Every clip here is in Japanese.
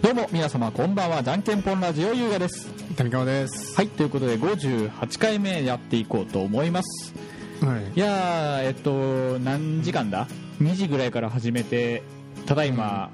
どうも皆様こんばんは。じゃんけんぽんラジオ優雅です。 谷川です。 はい、ということで58回目やっていこうと思います。 はい、 いや何時間だ2時ぐらいから始めてただいま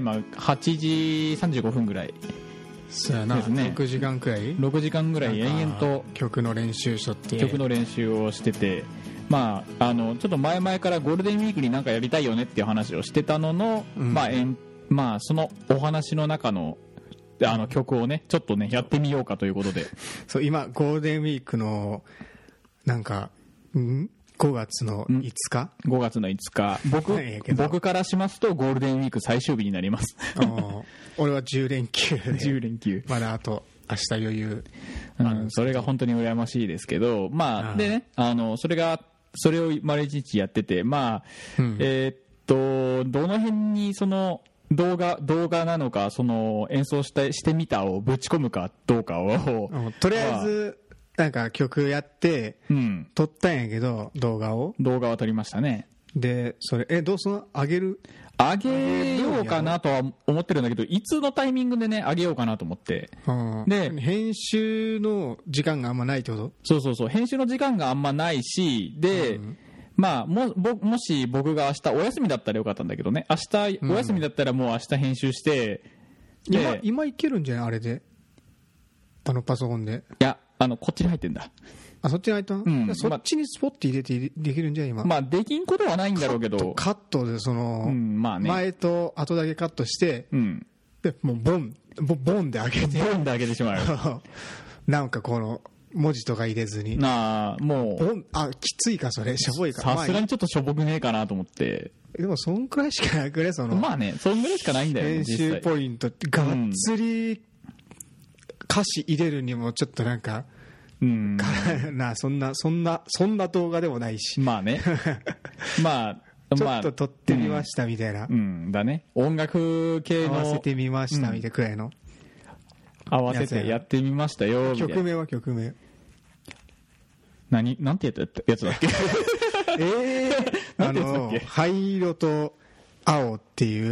8時35分ぐらいそうやなですね。 6時間くらい 6時間ぐらい延々と曲の練習しとって曲の練習をしてて、まあ、ちょっと前々からゴールデンウィークになんかやりたいよねっていう話をしてたのの、まあそのお話の中の曲をねちょっとねやってみようかということでそう今ゴールデンウィークのなんか5月の5日 5月の5日 僕からしますとゴールデンウィーク最終日になります俺は10連休で 10連休まだあと明日余裕、 それが本当に羨ましいですけど、まあでねそれを丸一日やってて、まあどの辺にその動画なのかその演奏してみたをぶち込むかどうかをとりあえずなんか曲やって撮ったんやけど、動画は撮りましたね。 でそれどうすんの上げようかなとは思ってるんだけど、いつのタイミングでね上げようかなと思って、 で編集の時間があんまないってこと？ そう編集の時間があんまないしで、まあ、もし僕が明日お休みだったらよかったんだけどね、明日お休みだったらもう明日編集して、 今いけるんじゃないあれでパソコンで。 いやこっちに入ってんだ。 そっちに入ったの、そっちにスポッて入れてできるんじゃ今。 まあできんことはないんだろうけどカットでその、前と後だけカットして、でもうボンで上げてしまうよなんかこの文字とか入れずにもうきついかそれしょぼいか。 さすがにちょっとしょぼくねえかなと思って。 でもそんくらいしかなくねその。 まあねそんぐらいしかないんだよ編集ポイントってがっつり歌詞入れるにもちょっとなんかそんな動画でもないし、 まあねまあちょっと撮ってみましたみたいな、 だね、音楽系の合わせてみましたみたいなくらいの、 合わせてやってみましたよみたいな。 曲名なんてやつだっけ灰色と青っていう、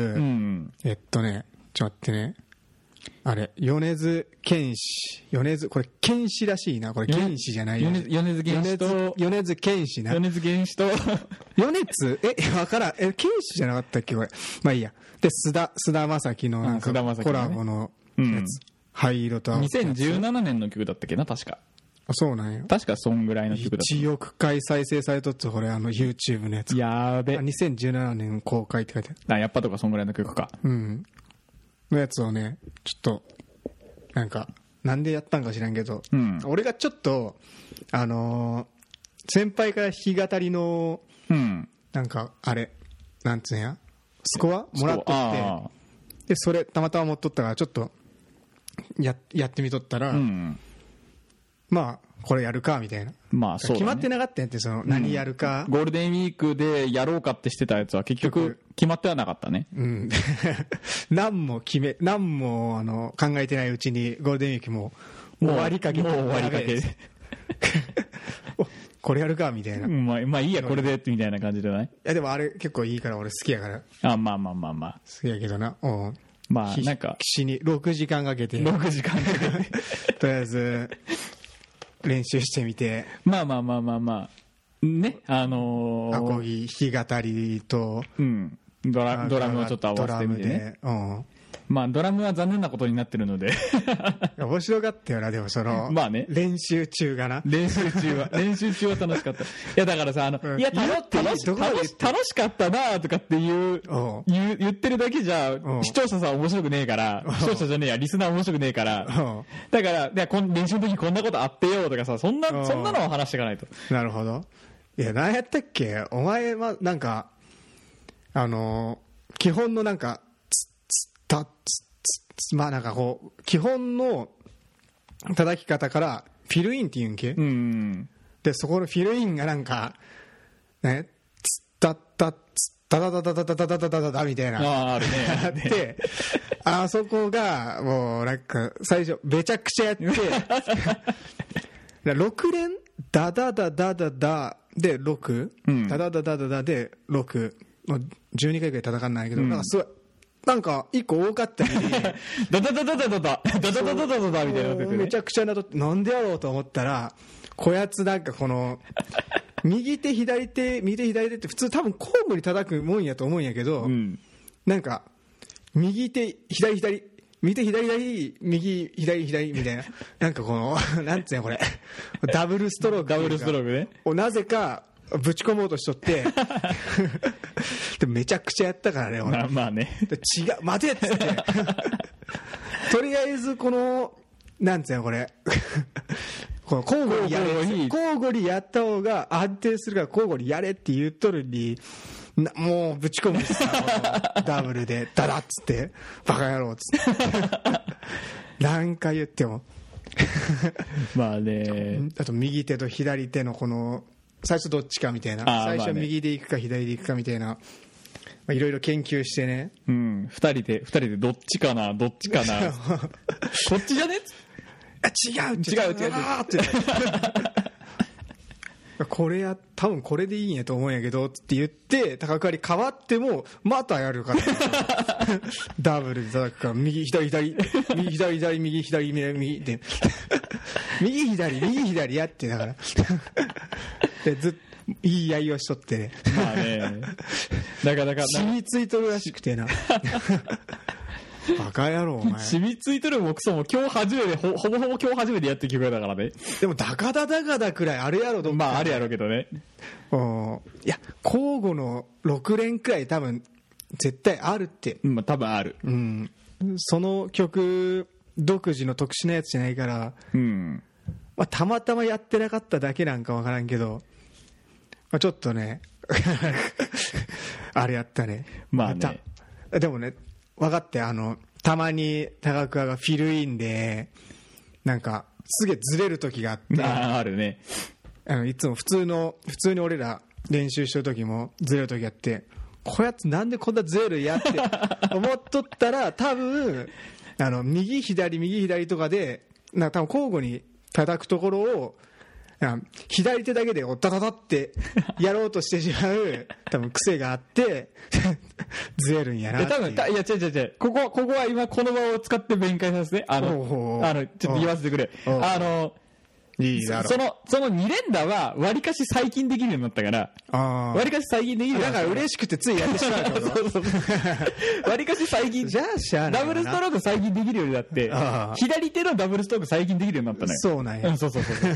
ちょっと待ってね、あれ米津玄師、これ剣士らしいな、これ剣士じゃないよ、 米津玄師と米津玄師な、 米津玄師と米津分からん、剣士じゃなかったっけこれ。まあいいや。で菅田将暉のなんかコラボのやつ、灰色と青。 2017年の曲だったっけな確か。 そうなんや。 確かそんぐらいの曲だった。 1億回再生されとって、これYouTube のやつ。 やべ。 2017年公開って書いてある。 やっぱとかそんぐらいの曲か。 のやつをね、ちょっとなんでやったんか知らんけど、俺がちょっと先輩から弾き語りの、なんかあれなんつうんやスコアもらっとって、でそれたまたま持っとったからちょっとやってみとったら、まあこれやるかみたいな、そうだね、決まってなかったんやって、その何やるか、 ゴールデンウィークでやろうかってしてたやつは結局決まってはなかったね。 何も考えてないうちにゴールデンウィークもう終わりかけこれやるかみたいな、 まあいいやこれでみたいな感じじゃない？いやでもあれ結構いいから俺好きやから。 まあ好きやけどな。 まあなんか必死に6時間かけてとりあえず練習してみて、 まあね、 アコギ弾き語りと、 ドラムをちょっと合わせてみてね。まあドラムは残念なことになってるので面白かったよな。でもその、まあね、練習中は楽しかった。いやだからさいや楽しかったなとかって言ってるだけじゃ視聴者さん面白くねえから、視聴者じゃねえやリスナー面白くねえから、だから練習の時こんなことあってよとかさ、そんなのを話していかないと。 なるほど。いや何やったっけお前はなんか基本のなんかまあなんかこう基本の叩き方からフィルインって言うんけ、でそこのフィルインがなんかねツッタッタッツッタタタタタタタタタタタみたいなあるねあってあそこがもうなんか最初めちゃくちゃやって6連ダダダダダダで6、ダダダダダダで612回ぐらい叩かないけど、なんかすごいなんか一個多かったりダダダダダダダダダダダダダみたいなってて、ね、 めちゃくちゃなとなんでやろうと思ったらこやつなんかこの右手左手って普通多分交互に叩くもんやと思うんやけど、なんか右手左右手左右左みたいななんかこのなんつうのこれダブルストロークねをなぜかぶち込もうとしとってでめちゃくちゃやったからね俺。 まあね違う待てっつってとりあえずこのなんつうのこれこの交互にやった方が安定するから交互にやれって言っとるにもうぶち込むんですよダブルでダダッつってバカ野郎っつって何回言ってもまあねあと右手と左手のこの最初どっちかみたいな最初右で行くか左で行くかみたいないろいろ研究してね、 2人でどっちかなこっちじゃね違うってこれ多分これでいいんやと思うんやけどって言って高くあり変わってもまたやるからダブルで叩くから右左右左右左右で右左やってだからでずっといいやいをしとってねまあねなかなか染みついとるらしくてなバカ野郎お前染みついとるもクソも今日初めてほぼ今日初めてやって聞こえたからね。 でもダカダくらいあるやろまああるやろうけどね。 いや交互の6連くらい多分絶対あるって、 まあ多分ある、 その曲独自の特殊なやつじゃないから、まあ、たまたまやってなかっただけなんか分からんけど、まあ、ちょっとねあれやったね。 まあねでもね分かってたまに高桑がフィルインでなんかすげえずれる時があってあるね。 いつも普通に俺ら練習してる時もずれる時あってこやつなんでこんなずれるやって思っとったら多分右左とかでなんか多分交互に叩くところを左手だけでダダダってやろうとしてしまう多分癖があってずれるんやなっていう。 いや違うここは今この場を使って弁解させてちょっと言わせてくれ。 いいだろその2連打はわりかし最近できるようになったからわりかし最近できるようになっただから嬉しくてついやってしまうってことわりかし最近じゃあしゃあないダブルストローク最近できるようになって左手のダブルストローク最近できるようになったね。 そうなんや、 そう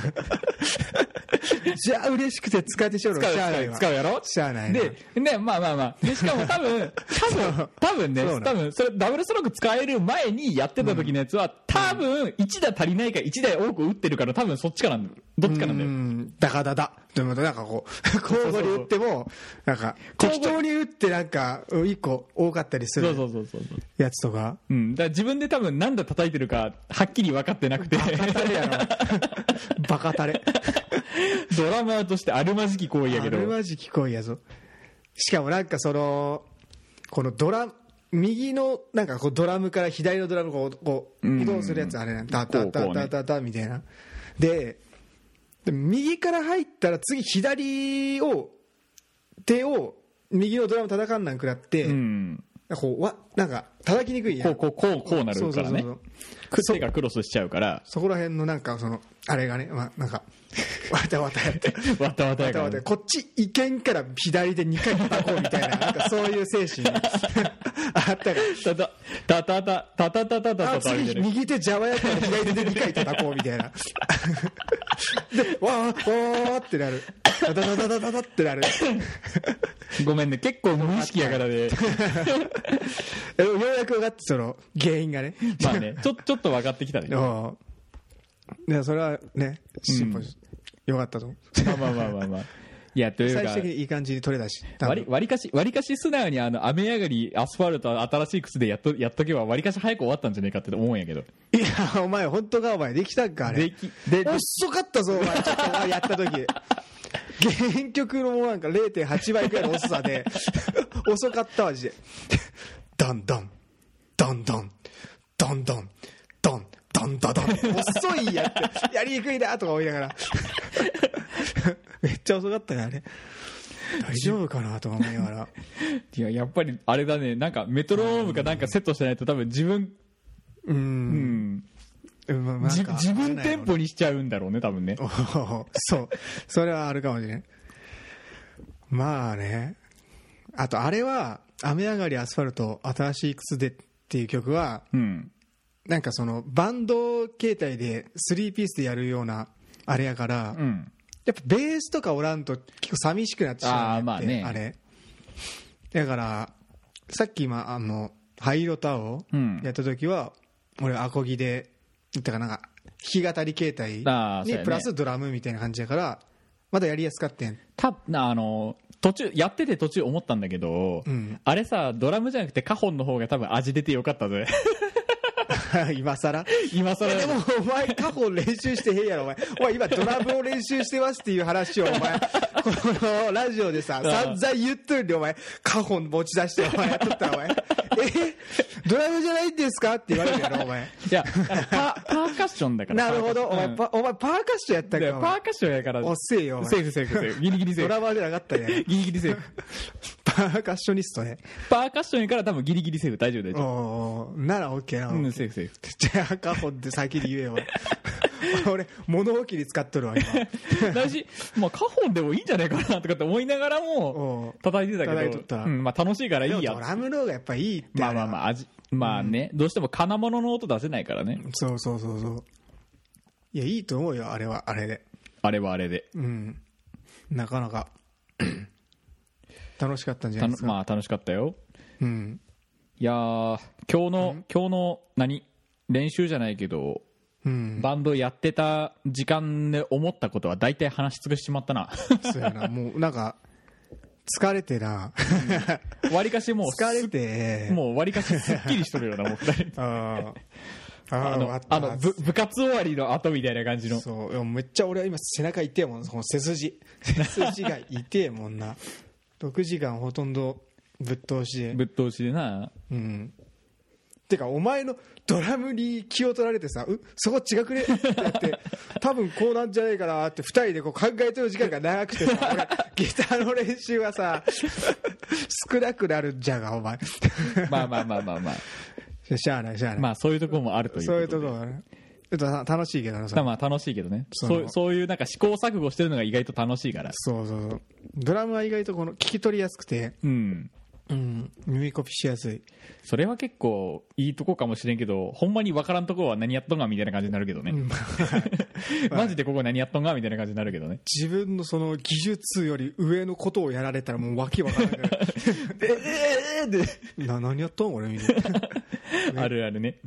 じゃあ嬉しくて使ってしょる使うやろしゃあないなでまあでしかも多分ね多分それダブルストローク使える前にやってた時のやつは多分1打足りないか1打多く打ってるから多分そっちかなんだよ。どっちかなんだよ。 ダカダダでもなんかこう交互に打ってもなんか適当に打ってなんか1個多かったりするやつとか、 だから自分で多分何打叩いてるかはっきり分かってなくてバカタレドラマーとしてあるまじき行為やけどあるまじき行為やぞ。しかもなんかこの右のなんかこうドラムから左のドラムこう移動するやつあれなんダダダダダダみたいなで右から入ったら次左手を右のドラム叩かんなんくらって、こうなんか叩きにくいやん。 こうなるからね。手がクロスしちゃうからそこら辺のなんかあれがね、なんかわたわたやってわたわたやから、 こっち行けんから左で2回叩こうみたいななんかそういう精神あったからタ次右手邪魔やから左手で2回叩こうみたいなでわーってなるダダダダダダってなるごめんね結構無意識やからで、ようやく分かって原因がねまあねちょっと分かってきたね。 いやそれはね進歩よかったと思う。 まあいやというか最終的にいい感じに取れたしわりかし素直に雨上がりアスファルト新しい靴でやっとけばわりかし早く終わったんじゃねえかって思うんやけど。 いやお前本当かお前できたんかあれ遅かったぞお前ちょっとお前やった時原曲のなんか 0.8 倍くらいの遅さで遅かったわマジでドンドンドンドンドンドンドンドンドンドン遅いやってやりにくいなとか思いながらめっちゃ遅かったからね。 大丈夫かなと思いながらいややっぱりあれだね、なんかメトロノームかなんかセットしないと多分自分自分テンポにしちゃうんだろうね多分ねそうそれはあるかもしれない。まあね、あとあれは雨上がりアスファルト新しい靴でっていう曲は、なんかそのバンド形態で3ピースでやるようなあれやから、やっぱベースとかおらんと結構寂しくなってしまうねって、あれだからさっき今灰色と青やった時は、俺アコギでだからなんか弾き語り形態にプラスドラムみたいな感じだからまだやりやすかったん。 途中やってて途中思ったんだけど、あれさドラムじゃなくてカホンの方が多分味出てよかったぜ今更でもお前カホン練習してへんやろ。お前今ドラムを練習してますっていう話をお前このラジオでさ散々言っとるんで、お前カホン持ち出してお前やっとったらお前ドラムじゃないんですかって言われるやろお前。 いやパーカッションだから。 なるほど、お前パーカッションやったんか。 パーカッションやからおっせえよ。 セーフギリギリセーフ。 ドラマーじゃなかったんやギリギリセーフパーカッショニストね。 パーカッションやから多分ギリギリセーフ。大丈夫おなら OK な。 セーフセーフ。 じゃあカホンって先に言えよ俺物置に使っとるわ今大事、まあ、カホンでもいいんじゃないかなとかって思いながらも叩いてたけど、 叩いとった、 まあ、楽しいからいいや。 ドラムの方がやっぱいいって。 まあね、どうしても金物の音出せないからね。 そういやいいと思うよ、あれはあれで。なかなか楽しかったんじゃないですか。 まあ楽しかったよ。いや今日の練習じゃないけど、バンドやってた時間で思ったことは大体話し尽くしちまったな。 そうやな、もうなんか疲れてなわりかしもう疲れてもうわりかしすっきりしとるようなもう2人部活終わりの後みたいな感じの。 そうめっちゃ俺は今背中痛えもん、その背筋が痛えもんな6時間ほとんどぶっ通しでな。 てかお前のドラムに気を取られてさ、そこ違くねってやって多分こうなんじゃないかなって2人でこう考えてる時間が長くてさ俺ギターの練習はさ少なくなるんじゃがお前まあしゃあないまあそういうところもあるということで。 そういうところはね楽しいけどな。 まあ楽しいけどね。そういうなんか試行錯誤してるのが意外と楽しいから。 そうドラムは意外とこの聞き取りやすくて耳コピしやすい。 それは結構いいとこかもしれんけど、ほんまに分からんところは何やっとんがみたいな感じになるけどね、マジでここ何やっとんがみたいな感じになるけどね。 自分のその技術より上のことをやられたらもうわけわからない何やっとん俺みたいなあるあるね。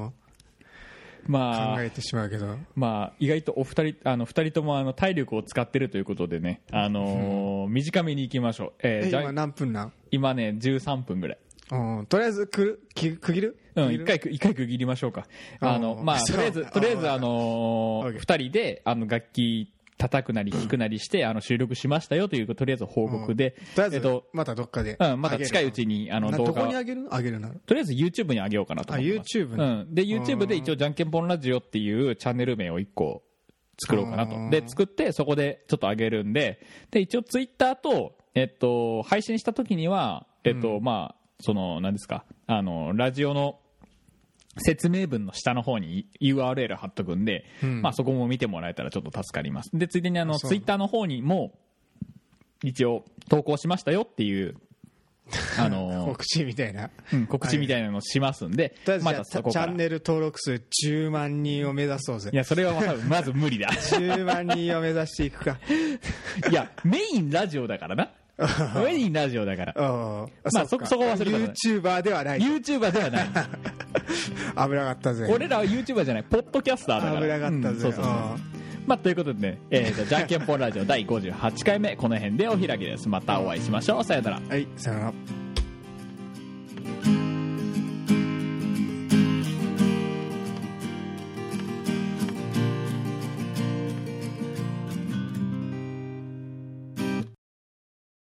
まあ、 考えてしまうけど、 まあ、意外とお二人とも体力を使ってるということでね、短めにいきましょう。 今何分なん？ 今ね13分ぐらい。 とりあえず区切る？ 一回区切りましょうか。まあとりあえず2人で楽器叩くなり弾くなりして収録しましたよというとりあえず報告で、 またどっかで、 また近いうちに動画どこに上げるならとりあえず YouTube に上げようかなと思います。 YouTube で YouTube で一応じゃんけんぽんラジオっていうチャンネル名を1個作ろうかなと。で作ってそこでちょっと上げるんで、一応 Twitter と配信した時にはまあその何ですかラジオの説明文の下の方に URL 貼っとくんで、まあそこも見てもらえたらちょっと助かります。でついでにツイッターの方にも一応投稿しましたよっていう告知みたいな、 告知みたいなのしますんで、 またそこからチャンネル登録数10万人を目指そうぜ。 いやそれはまず無理だ 10万人を目指していくかいやメインラジオだからなメインラジオだからまあそこは忘れた。 YouTuber ではない。 YouTuber ではない危なかったぜ。 俺らは YouTuber じゃないポッドキャスターだから。 危なかったぜ。 まあということでね、じゃんけんぽんラジオ第58回目この辺でお開きです。またお会いしましょう。さよなら。 はい、さよなら。